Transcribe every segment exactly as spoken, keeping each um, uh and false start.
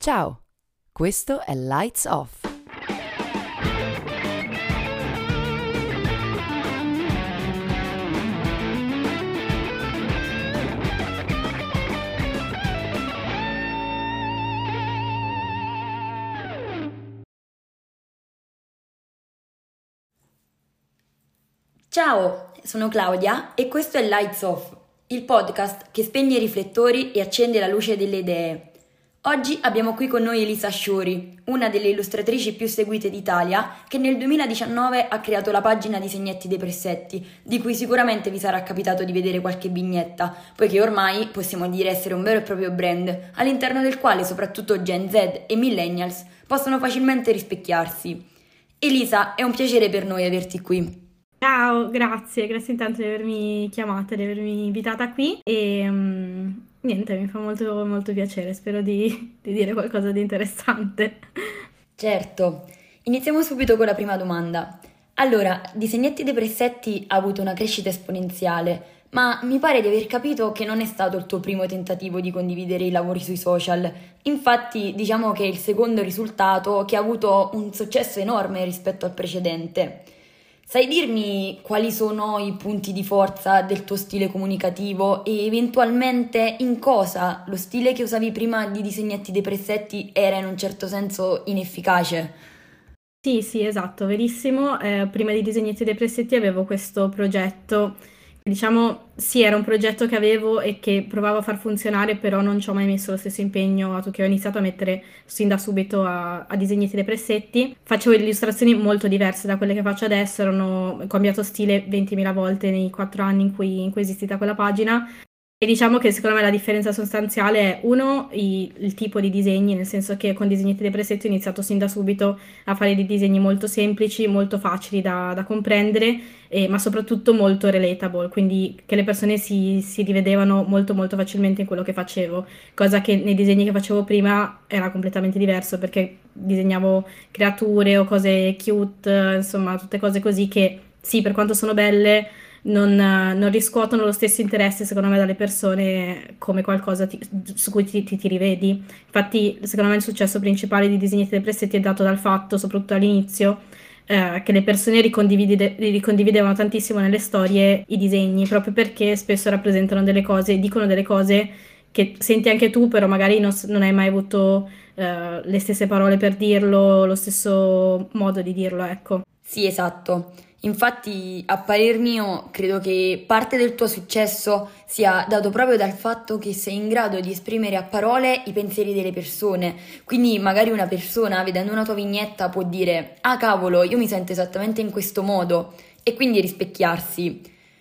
Ciao, questo è Lights Off. Ciao, sono Claudia e questo è Lights Off, il podcast che spegne i riflettori e accende la luce delle idee. Oggi abbiamo qui con noi Elisa Sciori, una delle illustratrici più seguite d'Italia, che nel duemiladiciannove ha creato la pagina Disegnetti dei Pressetti, di cui sicuramente vi sarà capitato di vedere qualche vignetta, poiché ormai possiamo dire essere un vero e proprio brand, all'interno del quale soprattutto Gen Z e Millennials possono facilmente rispecchiarsi. Elisa, è un piacere per noi averti qui. Ciao, grazie, grazie intanto di avermi chiamata, di avermi invitata qui e mm, niente, mi fa molto, molto piacere, spero di, di dire qualcosa di interessante. Certo, iniziamo subito con la prima domanda. Allora, Disegnetti dei Pressetti ha avuto una crescita esponenziale, ma mi pare di aver capito che non è stato il tuo primo tentativo di condividere i lavori sui social. Infatti, diciamo che è il secondo risultato che ha avuto un successo enorme rispetto al precedente. Sai dirmi quali sono i punti di forza del tuo stile comunicativo e eventualmente in cosa lo stile che usavi prima di Disegnetti dei Pressetti era in un certo senso inefficace? Sì, sì, esatto, verissimo. Eh, prima di Disegnetti dei Pressetti avevo questo progetto, diciamo, sì, era un progetto che avevo e che provavo a far funzionare, però non ci ho mai messo lo stesso impegno che ho iniziato a mettere sin da subito a, a Disegnetti dei Pressetti. Facevo illustrazioni molto diverse da quelle che faccio adesso, erano ho cambiato stile ventimila volte nei quattro anni in cui, in cui è esistita quella pagina. E diciamo che secondo me la differenza sostanziale è uno, i- il tipo di disegni, nel senso che con Disegnetti dei Pressetti ho iniziato sin da subito a fare dei disegni molto semplici, molto facili da, da comprendere, eh, ma soprattutto molto relatable, quindi che le persone si, si rivedevano molto molto facilmente in quello che facevo, cosa che nei disegni che facevo prima era completamente diverso perché disegnavo creature o cose cute, eh, insomma tutte cose così che sì, per quanto sono belle non, eh, non riscuotono lo stesso interesse, secondo me, dalle persone come qualcosa ti- su cui ti, ti- ti rivedi. Infatti, secondo me, il successo principale di Disegnetti dei Pressetti è dato dal fatto, soprattutto all'inizio, eh, che le persone ricondivide- ricondividevano tantissimo nelle storie i disegni, proprio perché spesso rappresentano delle cose, dicono delle cose che senti anche tu, però magari non, s- non hai mai avuto, eh, le stesse parole per dirlo, lo stesso modo di dirlo, ecco. Sì, esatto. Infatti, a parer mio, credo che parte del tuo successo sia dato proprio dal fatto che sei in grado di esprimere a parole i pensieri delle persone. Quindi, magari una persona, vedendo una tua vignetta, può dire: Ah, cavolo, io mi sento esattamente in questo modo, e quindi rispecchiarsi.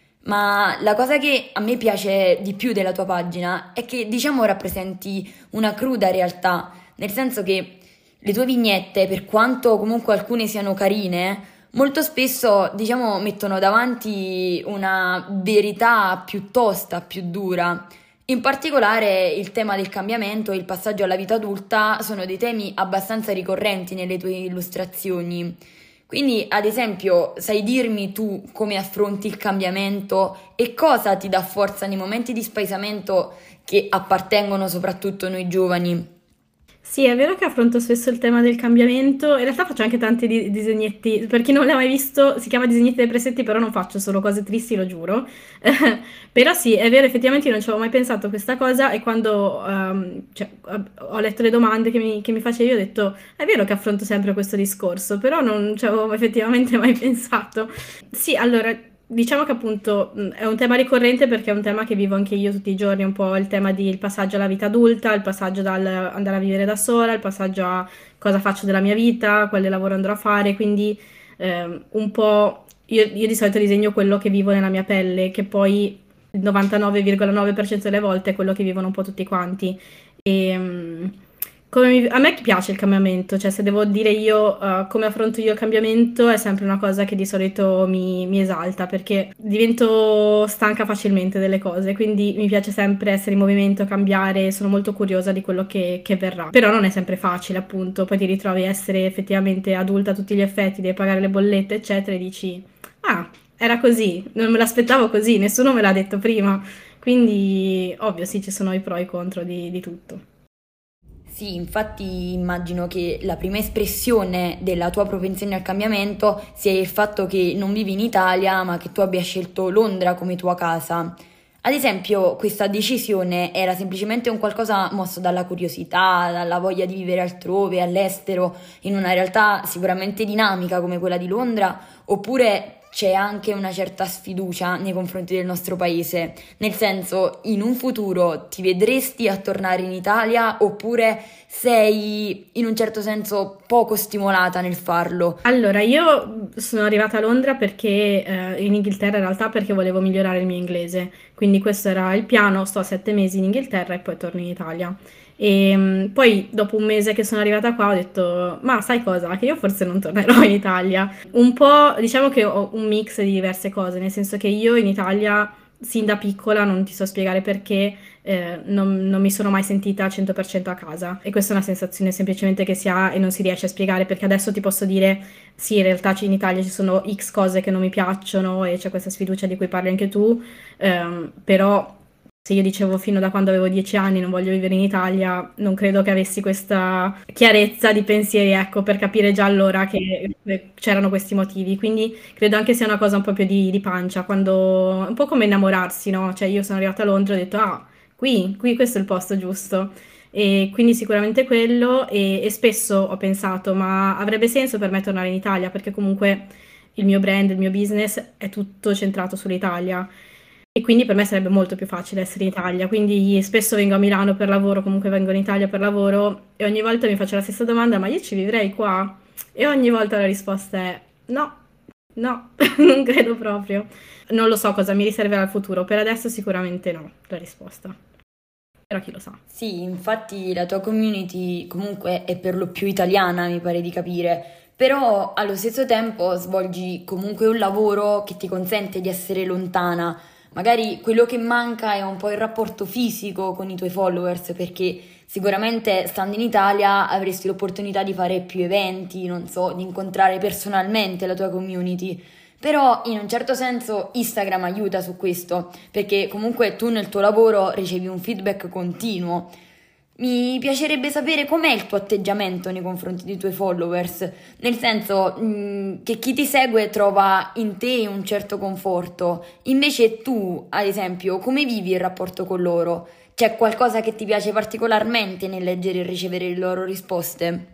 Ma la cosa che a me piace di più della tua pagina è che, diciamo, rappresenti una cruda realtà, nel senso che le tue vignette, per quanto comunque alcune siano carine, molto spesso, diciamo, mettono davanti una verità più tosta, più dura. In particolare il tema del cambiamento e il passaggio alla vita adulta sono dei temi abbastanza ricorrenti nelle tue illustrazioni. Quindi, ad esempio, sai dirmi tu come affronti il cambiamento e cosa ti dà forza nei momenti di spaesamento che appartengono soprattutto a noi giovani? Sì, è vero che affronto spesso il tema del cambiamento. In realtà faccio anche tanti di- disegnetti. Per chi non l'ha mai visto, si chiama Disegnetti dei Pressetti, però non faccio solo cose tristi, lo giuro. Però sì, è vero, effettivamente io non ci avevo mai pensato a questa cosa e quando ehm, cioè, ho ho letto le domande che mi, che mi facevi, ho detto, è vero che affronto sempre questo discorso, però non ci avevo effettivamente mai pensato. Sì, allora, diciamo che appunto mh, è un tema ricorrente perché è un tema che vivo anche io tutti i giorni, un po' il tema del passaggio alla vita adulta, il passaggio dal andare a vivere da sola, il passaggio a cosa faccio della mia vita, quale lavoro andrò a fare, quindi ehm, un po' io, io di solito disegno quello che vivo nella mia pelle, che poi il novantanove virgola nove per cento delle volte è quello che vivono un po' tutti quanti. E, mm, come mi- a me piace il cambiamento, cioè se devo dire io eh, come affronto io il cambiamento è sempre una cosa che di solito mi, mi esalta perché divento stanca facilmente delle cose, quindi mi piace sempre essere in movimento, cambiare, sono molto curiosa di quello che, che verrà. Però non è sempre facile, appunto, poi ti ritrovi a essere effettivamente adulta a tutti gli effetti, devi pagare le bollette, eccetera, e dici, ah, era così, non me l'aspettavo così, nessuno me l'ha detto prima. Quindi, ovvio, sì, ci sono i pro e i contro di, di tutto. Sì, infatti immagino che la prima espressione della tua propensione al cambiamento sia il fatto che non vivi in Italia, ma che tu abbia scelto Londra come tua casa. Ad esempio, questa decisione era semplicemente un qualcosa mosso dalla curiosità, dalla voglia di vivere altrove, all'estero, in una realtà sicuramente dinamica come quella di Londra, oppure c'è anche una certa sfiducia nei confronti del nostro paese, nel senso, in un futuro ti vedresti a tornare in Italia oppure sei in un certo senso poco stimolata nel farlo? Allora, io sono arrivata a Londra perché eh, in Inghilterra in realtà perché volevo migliorare il mio inglese, quindi questo era il piano, sto sette mesi in Inghilterra e poi torno in Italia. E mh, poi dopo un mese che sono arrivata qua ho detto, ma sai cosa? Che io forse non tornerò in Italia. Un po', diciamo che ho un mix di diverse cose, nel senso che io in Italia, sin da piccola, non ti so spiegare perché, eh, non, non mi sono mai sentita al cento per cento a casa. E questa è una sensazione semplicemente che si ha e non si riesce a spiegare, perché adesso ti posso dire, sì, in realtà in Italia ci sono X cose che non mi piacciono e c'è questa sfiducia di cui parli anche tu, ehm, però se io dicevo fino da quando avevo dieci anni non voglio vivere in Italia, non credo che avessi questa chiarezza di pensieri, ecco, per capire già allora che eh, c'erano questi motivi. Quindi credo anche sia una cosa un po' più di, di pancia, quando un po' come innamorarsi, no? Cioè io sono arrivata a Londra e ho detto, ah, qui, qui questo è il posto giusto. E quindi sicuramente quello, e, e spesso ho pensato, ma avrebbe senso per me tornare in Italia, perché comunque il mio brand, il mio business è tutto centrato sull'Italia. E quindi per me sarebbe molto più facile essere in Italia, quindi spesso vengo a Milano per lavoro, comunque vengo in Italia per lavoro e ogni volta mi faccio la stessa domanda, ma io ci vivrei qua? E ogni volta la risposta è no, no, non credo proprio. Non lo so cosa mi riserverà il futuro, per adesso sicuramente no, la risposta. Però chi lo sa. Sì, infatti la tua community comunque è per lo più italiana, mi pare di capire, però allo stesso tempo svolgi comunque un lavoro che ti consente di essere lontana. Magari quello che manca è un po' il rapporto fisico con i tuoi followers, perché sicuramente stando in Italia avresti l'opportunità di fare più eventi, non so, di incontrare personalmente la tua community. Però in un certo senso Instagram aiuta su questo, perché comunque tu nel tuo lavoro ricevi un feedback continuo. Mi piacerebbe sapere com'è il tuo atteggiamento nei confronti dei tuoi followers, nel senso mh, che chi ti segue trova in te un certo conforto, invece tu, ad esempio, come vivi il rapporto con loro? C'è qualcosa che ti piace particolarmente nel leggere e ricevere le loro risposte?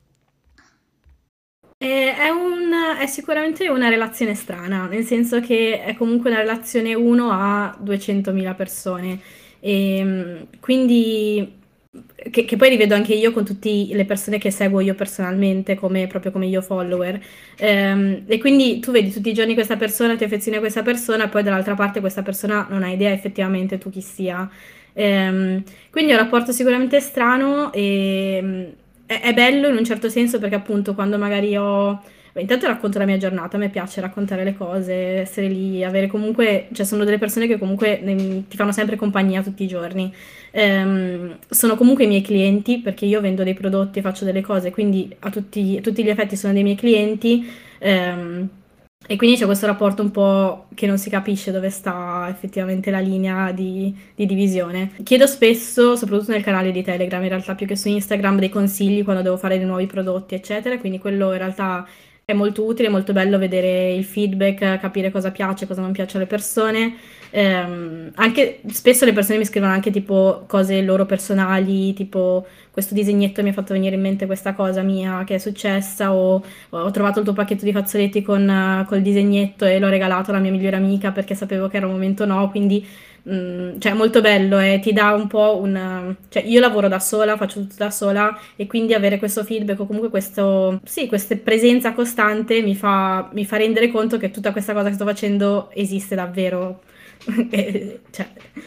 Eh, È, un- è sicuramente una relazione strana, nel senso che è comunque una relazione uno a duecentomila persone. E, mm, quindi che, che poi rivedo anche io con tutte le persone che seguo io personalmente, come, proprio come io follower. Ehm, e quindi tu vedi tutti i giorni questa persona, ti affezioni a questa persona, e poi dall'altra parte questa persona non ha idea effettivamente tu chi sia. Ehm, quindi è un rapporto sicuramente strano e mm, è, è bello in un certo senso perché appunto quando magari ho... beh, intanto racconto la mia giornata, a me piace raccontare le cose, essere lì, avere comunque, cioè sono delle persone che comunque ne- ti fanno sempre compagnia tutti i giorni. Ehm, sono comunque i miei clienti perché io vendo dei prodotti e faccio delle cose, quindi a tutti, a tutti gli effetti sono dei miei clienti. ehm, e quindi c'è questo rapporto un po' che non si capisce dove sta effettivamente la linea di, di divisione. Chiedo spesso, soprattutto nel canale di Telegram, in realtà più che su Instagram, dei consigli quando devo fare dei nuovi prodotti, eccetera. Quindi quello in realtà è molto utile, è molto bello vedere il feedback, capire cosa piace, cosa non piace alle persone. Ehm, anche spesso le persone mi scrivono anche tipo cose loro personali, tipo questo disegnetto mi ha fatto venire in mente questa cosa mia che è successa, o ho trovato il tuo pacchetto di fazzoletti con eh, col disegnetto e l'ho regalato alla mia migliore amica perché sapevo che era un momento no, quindi mm, cioè è molto bello e ti dà un po' un... cioè io lavoro da sola, faccio tutto da sola e quindi avere questo feedback o comunque questo, sì, questa presenza costante mi fa, mi fa rendere conto che tutta questa cosa che sto facendo esiste davvero. E, cioè,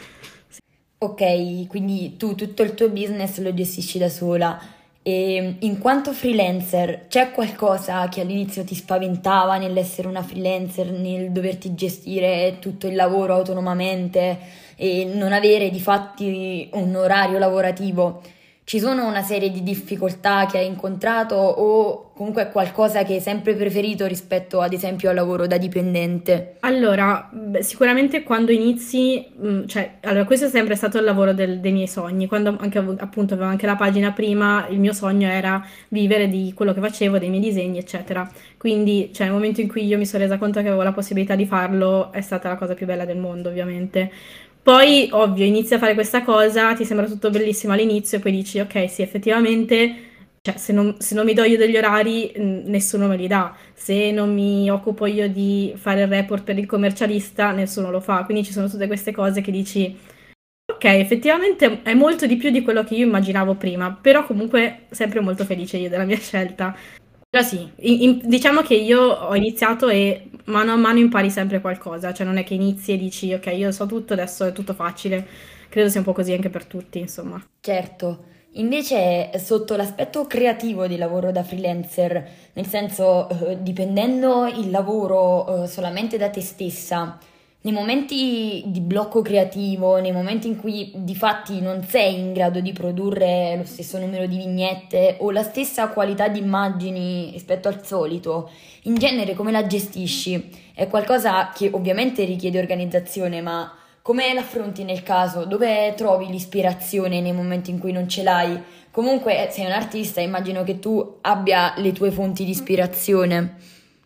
Ok, quindi tu tutto il tuo business lo gestisci da sola e in quanto freelancer c'è qualcosa che all'inizio ti spaventava nell'essere una freelancer, nel doverti gestire tutto il lavoro autonomamente e non avere di fatti un orario lavorativo? Ci sono una serie di difficoltà che hai incontrato o comunque qualcosa che hai sempre preferito rispetto ad esempio al lavoro da dipendente? Allora, beh, sicuramente quando inizi, mh, cioè, allora questo è sempre stato il lavoro del- dei miei sogni. Quando anche, avevo- appunto avevo anche la pagina prima, il mio sogno era vivere di quello che facevo, dei miei disegni, eccetera. Quindi, cioè, nel momento in cui io mi sono resa conto che avevo la possibilità di farlo, è stata la cosa più bella del mondo, ovviamente. Poi, ovvio, inizi a fare questa cosa, ti sembra tutto bellissimo all'inizio, e poi dici, ok, sì, effettivamente, cioè, se non, se non mi do io degli orari, mh, nessuno me li dà. Se non mi occupo io di fare il report per il commercialista, nessuno lo fa. Quindi ci sono tutte queste cose che dici, ok, effettivamente è molto di più di quello che io immaginavo prima, però comunque sempre molto felice io della mia scelta. Però sì, in- in- diciamo che io ho iniziato e mano a mano impari sempre qualcosa, cioè non è che inizi e dici ok, io so tutto, adesso è tutto facile. Credo sia un po' così anche per tutti, insomma. Certo, invece sotto l'aspetto creativo del lavoro da freelancer, nel senso eh, dipendendo il lavoro eh, solamente da te stessa, nei momenti di blocco creativo, nei momenti in cui di fatti non sei in grado di produrre lo stesso numero di vignette o la stessa qualità di immagini rispetto al solito, in genere come la gestisci? È qualcosa che ovviamente richiede organizzazione, ma come l'affronti nel caso? Dove trovi l'ispirazione nei momenti in cui non ce l'hai? Comunque sei un artista, immagino che tu abbia le tue fonti di ispirazione.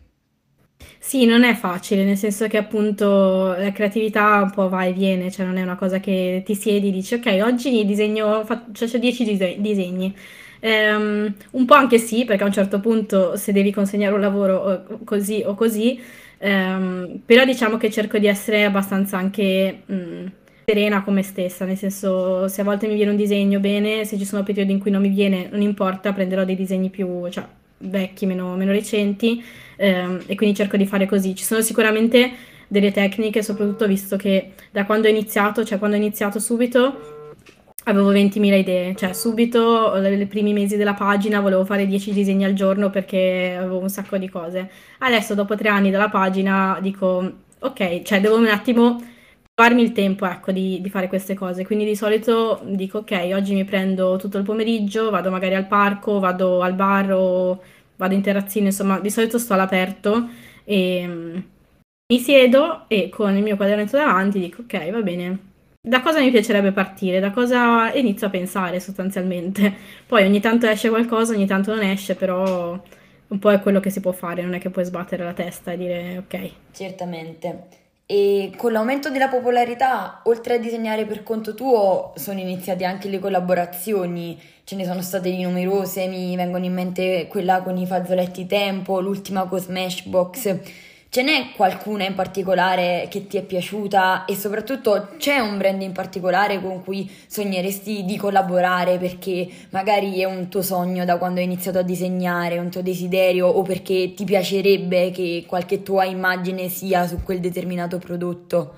Sì, non è facile, nel senso che appunto la creatività un po' va e viene, cioè non è una cosa che ti siedi e dici ok, oggi disegno, faccio dieci disegni. Ehm, un po' anche sì, perché a un certo punto se devi consegnare un lavoro o così o così, ehm, però diciamo che cerco di essere abbastanza anche mh, serena con me stessa, nel senso se a volte mi viene un disegno bene, se ci sono periodi in cui non mi viene, non importa, prenderò dei disegni più, cioè, vecchi, meno, meno recenti, ehm, e quindi cerco di fare così. Ci sono sicuramente delle tecniche, soprattutto visto che da quando ho iniziato, cioè quando ho iniziato subito, avevo ventimila idee, cioè subito, nei primi mesi della pagina, volevo fare dieci disegni al giorno perché avevo un sacco di cose. Adesso, dopo tre anni dalla pagina, dico, ok, cioè devo un attimo farmi il tempo, ecco, di, di fare queste cose. Quindi di solito dico, ok, oggi mi prendo tutto il pomeriggio, vado magari al parco, vado al bar o vado in terrazzino, insomma, di solito sto all'aperto e mm, mi siedo e con il mio quadernetto davanti dico, ok, va bene. Da cosa mi piacerebbe partire? Da cosa e inizio a pensare sostanzialmente. Poi ogni tanto esce qualcosa, ogni tanto non esce, però un po' è quello che si può fare, non è che puoi sbattere la testa e dire ok. Certamente. E con l'aumento della popolarità, oltre a disegnare per conto tuo, sono iniziate anche le collaborazioni. Ce ne sono state di numerose, mi vengono in mente quella con i fazzoletti Tempo, l'ultima con Smashbox. Ce n'è qualcuna in particolare che ti è piaciuta e soprattutto c'è un brand in particolare con cui sogneresti di collaborare perché magari è un tuo sogno da quando hai iniziato a disegnare, un tuo desiderio o perché ti piacerebbe che qualche tua immagine sia su quel determinato prodotto?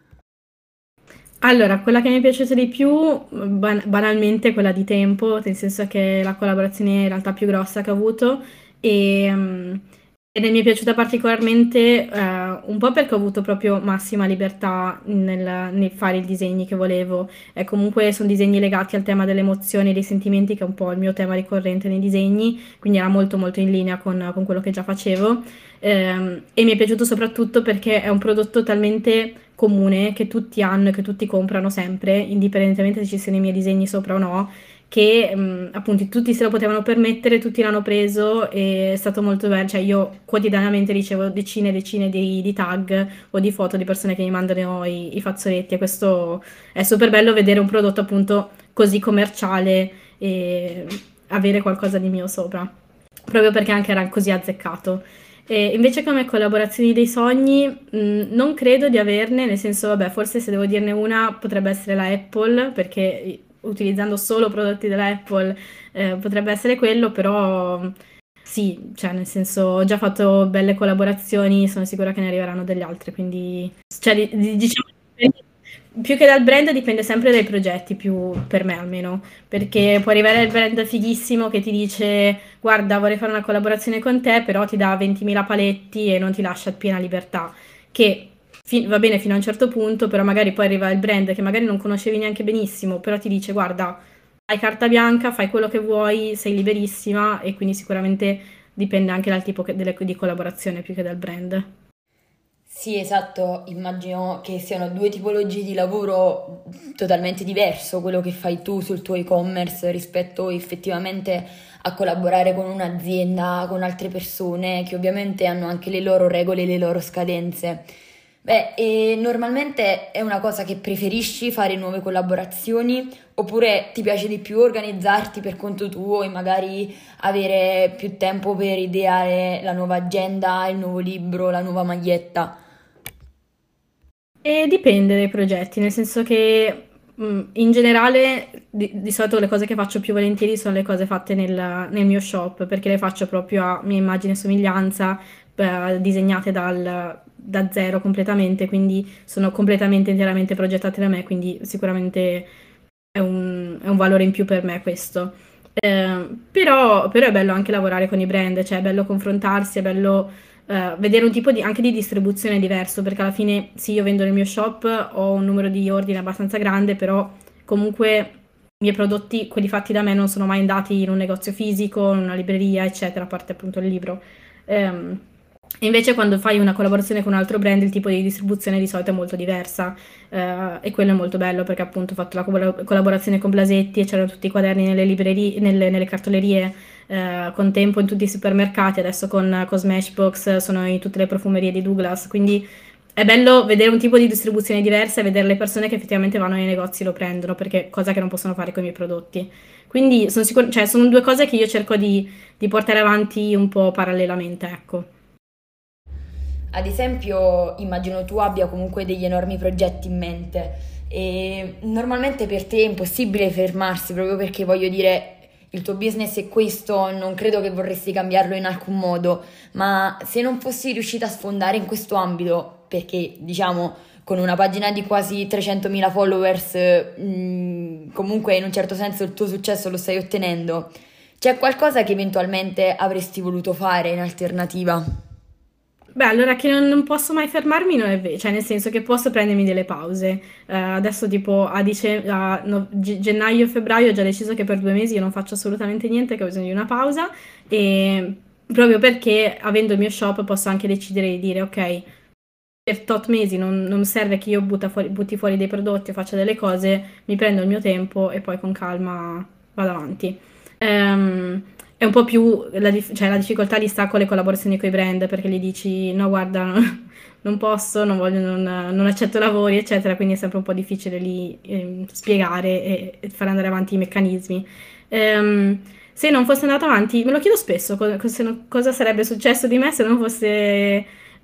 Allora, quella che mi è piaciuta di più, ban- banalmente, è quella di Tempo, nel senso che è la collaborazione in realtà più grossa che ho avuto e, mm, ed è- mi è piaciuta particolarmente eh, un po' perché ho avuto proprio massima libertà nel, nel fare i disegni che volevo e comunque sono disegni legati al tema delle emozioni e dei sentimenti, che è un po' il mio tema ricorrente nei disegni, quindi era molto molto in linea con, con quello che già facevo. Ehm, e mi è piaciuto soprattutto perché è un prodotto talmente comune che tutti hanno e che tutti comprano sempre, indipendentemente se ci siano i miei disegni sopra o no, che mh, appunto tutti se lo potevano permettere, tutti l'hanno preso e è stato molto bello, cioè io quotidianamente ricevo decine e decine di, di tag o di foto di persone che mi mandano i, i fazzoletti e questo è super bello vedere un prodotto appunto così commerciale e avere qualcosa di mio sopra, proprio perché anche era così azzeccato. E invece come collaborazioni dei sogni, mh, non credo di averne, nel senso, vabbè, forse se devo dirne una potrebbe essere la Apple, perché utilizzando solo prodotti della Apple eh, potrebbe essere quello, però sì, cioè nel senso ho già fatto belle collaborazioni, sono sicura che ne arriveranno delle altre, quindi cioè, di- di- diciamo più che dal brand dipende sempre dai progetti, più per me almeno, perché può arrivare il brand fighissimo che ti dice guarda vorrei fare una collaborazione con te, però ti dà ventimila paletti e non ti lascia piena libertà, che fi- va bene fino a un certo punto, però magari poi arriva il brand che magari non conoscevi neanche benissimo, però ti dice guarda hai carta bianca, fai quello che vuoi, sei liberissima e quindi sicuramente dipende anche dal tipo che- delle- di collaborazione più che dal brand. Sì, esatto, immagino che siano due tipologie di lavoro totalmente diverso, quello che fai tu sul tuo e-commerce rispetto effettivamente a collaborare con un'azienda, con altre persone che ovviamente hanno anche le loro regole e le loro scadenze. Beh, e normalmente è una cosa che preferisci fare nuove collaborazioni oppure ti piace di più organizzarti per conto tuo e magari avere più tempo per ideare la nuova agenda, il nuovo libro, la nuova maglietta? E dipende dai progetti, nel senso che mh, in generale di, di solito le cose che faccio più volentieri sono le cose fatte nel, nel mio shop, perché le faccio proprio a mia immagine e somiglianza, eh, disegnate dal- da zero completamente, quindi sono completamente interamente progettate da me, quindi sicuramente è un, è un valore in più per me questo. Eh, però, però è bello anche lavorare con i brand, cioè è bello confrontarsi, è bello eh, vedere un tipo di, anche di distribuzione diverso, perché alla fine sì, io vendo nel mio shop, ho un numero di ordini abbastanza grande, però comunque i miei prodotti, quelli fatti da me, non sono mai andati in un negozio fisico, in una libreria, eccetera, a parte appunto il libro. Ehm, e invece quando fai una collaborazione con un altro brand, il tipo di distribuzione di solito è molto diversa, eh, e quello è molto bello perché appunto ho fatto la collab- collaborazione con Blasetti e c'erano tutti i quaderni nelle librerie, nelle, nelle cartolerie, eh, con Tempo in tutti i supermercati, adesso con, con Smashbox sono in tutte le profumerie di Douglas, quindi è bello vedere un tipo di distribuzione diversa e vedere le persone che effettivamente vanno nei negozi e lo prendono, perché cosa che non possono fare con i miei prodotti. Quindi sono sicur- cioè, sono due cose che io cerco di, di portare avanti un po' parallelamente, ecco. Ad esempio, immagino tu abbia comunque degli enormi progetti in mente e normalmente per te è impossibile fermarsi proprio perché voglio dire il tuo business è questo, non credo che vorresti cambiarlo in alcun modo, ma se non fossi riuscita a sfondare in questo ambito, perché diciamo con una pagina di quasi trecentomila followers, mh, comunque in un certo senso il tuo successo lo stai ottenendo, c'è qualcosa che eventualmente avresti voluto fare in alternativa? Beh, allora che non, non posso mai fermarmi non è vero, cioè nel senso che posso prendermi delle pause. Eh, adesso tipo a, dice- a no- ge- gennaio e febbraio ho già deciso che per due mesi io non faccio assolutamente niente, che ho bisogno di una pausa e proprio perché avendo il mio shop posso anche decidere di dire ok, per tot mesi non, non serve che io butta fuori- butti fuori dei prodotti o faccia delle cose, mi prendo il mio tempo e poi con calma vado avanti. Ehm, è un po' più la, dif- cioè, la difficoltà di sta con le collaborazioni con i brand perché gli dici no, guarda, non posso, non voglio, non, non accetto lavori, eccetera. Quindi è sempre un po' difficile lì ehm, spiegare e, e far andare avanti i meccanismi. Ehm, se non fosse andato avanti, me lo chiedo spesso co- co- se non- cosa sarebbe successo di me se non fosse, eh,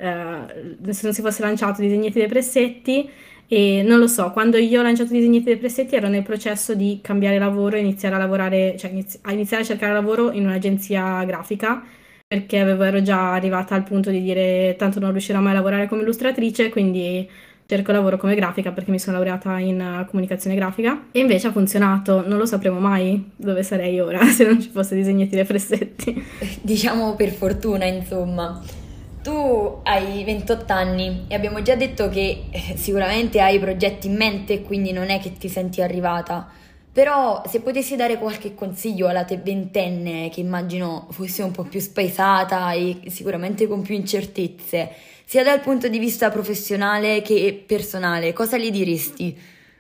se non si fosse lanciato Disegnetti dei Pressetti. E non lo so, quando io ho lanciato i Disegnetti dei Pressetti ero nel processo di cambiare lavoro e iniziare a lavorare, cioè inizi- a iniziare a cercare lavoro in un'agenzia grafica, perché avevo, ero già arrivata al punto di dire tanto non riuscirò mai a lavorare come illustratrice, quindi cerco lavoro come grafica perché mi sono laureata in eh, comunicazione grafica. E invece ha funzionato, non lo sapremo mai dove sarei ora se non ci fosse Disegnetti dei Pressetti. Diciamo per fortuna, insomma. Tu hai ventotto anni e abbiamo già detto che eh, sicuramente hai progetti in mente, quindi non è che ti senti arrivata. Però se potessi dare qualche consiglio alla te ventenne, che immagino fosse un po' più spaesata e sicuramente con più incertezze, sia dal punto di vista professionale che personale, cosa gli diresti?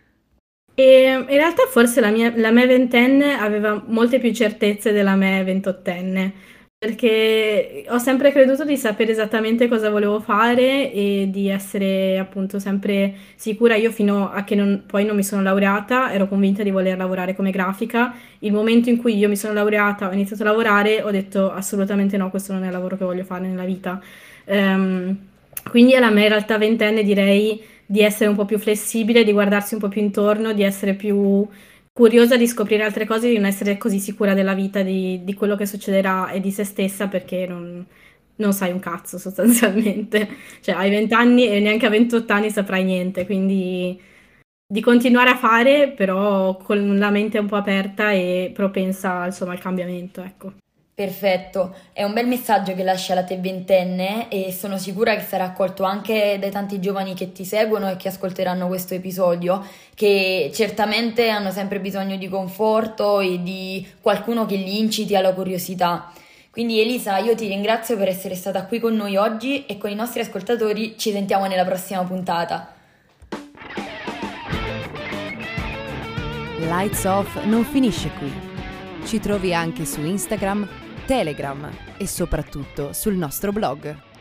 E in realtà forse la mia, la me ventenne aveva molte più certezze della me ventottenne, perché ho sempre creduto di sapere esattamente cosa volevo fare e di essere appunto sempre sicura. Io fino a che non- poi non mi sono laureata ero convinta di voler lavorare come grafica. Il momento in cui io mi sono laureata, ho iniziato a lavorare, ho detto assolutamente no, questo non è il lavoro che voglio fare nella vita. Ehm, quindi alla me in realtà ventenne direi di essere un po' più flessibile, di guardarsi un po' più intorno, di essere più curiosa di scoprire altre cose, di non essere così sicura della vita, di, di quello che succederà e di se stessa perché non, non sai un cazzo sostanzialmente. Cioè hai venti anni e neanche a ventotto anni saprai niente, quindi di continuare a fare però con la mente un po' aperta e propensa insomma al cambiamento, ecco. Perfetto, è un bel messaggio che lascia la te ventenne e sono sicura che sarà accolto anche dai tanti giovani che ti seguono e che ascolteranno questo episodio, che certamente hanno sempre bisogno di conforto e di qualcuno che li inciti alla curiosità. Quindi Elisa, io ti ringrazio per essere stata qui con noi oggi e con i nostri ascoltatori ci sentiamo nella prossima puntata. Lights Off non finisce qui. Ci trovi anche su Instagram, Telegram e soprattutto sul nostro blog.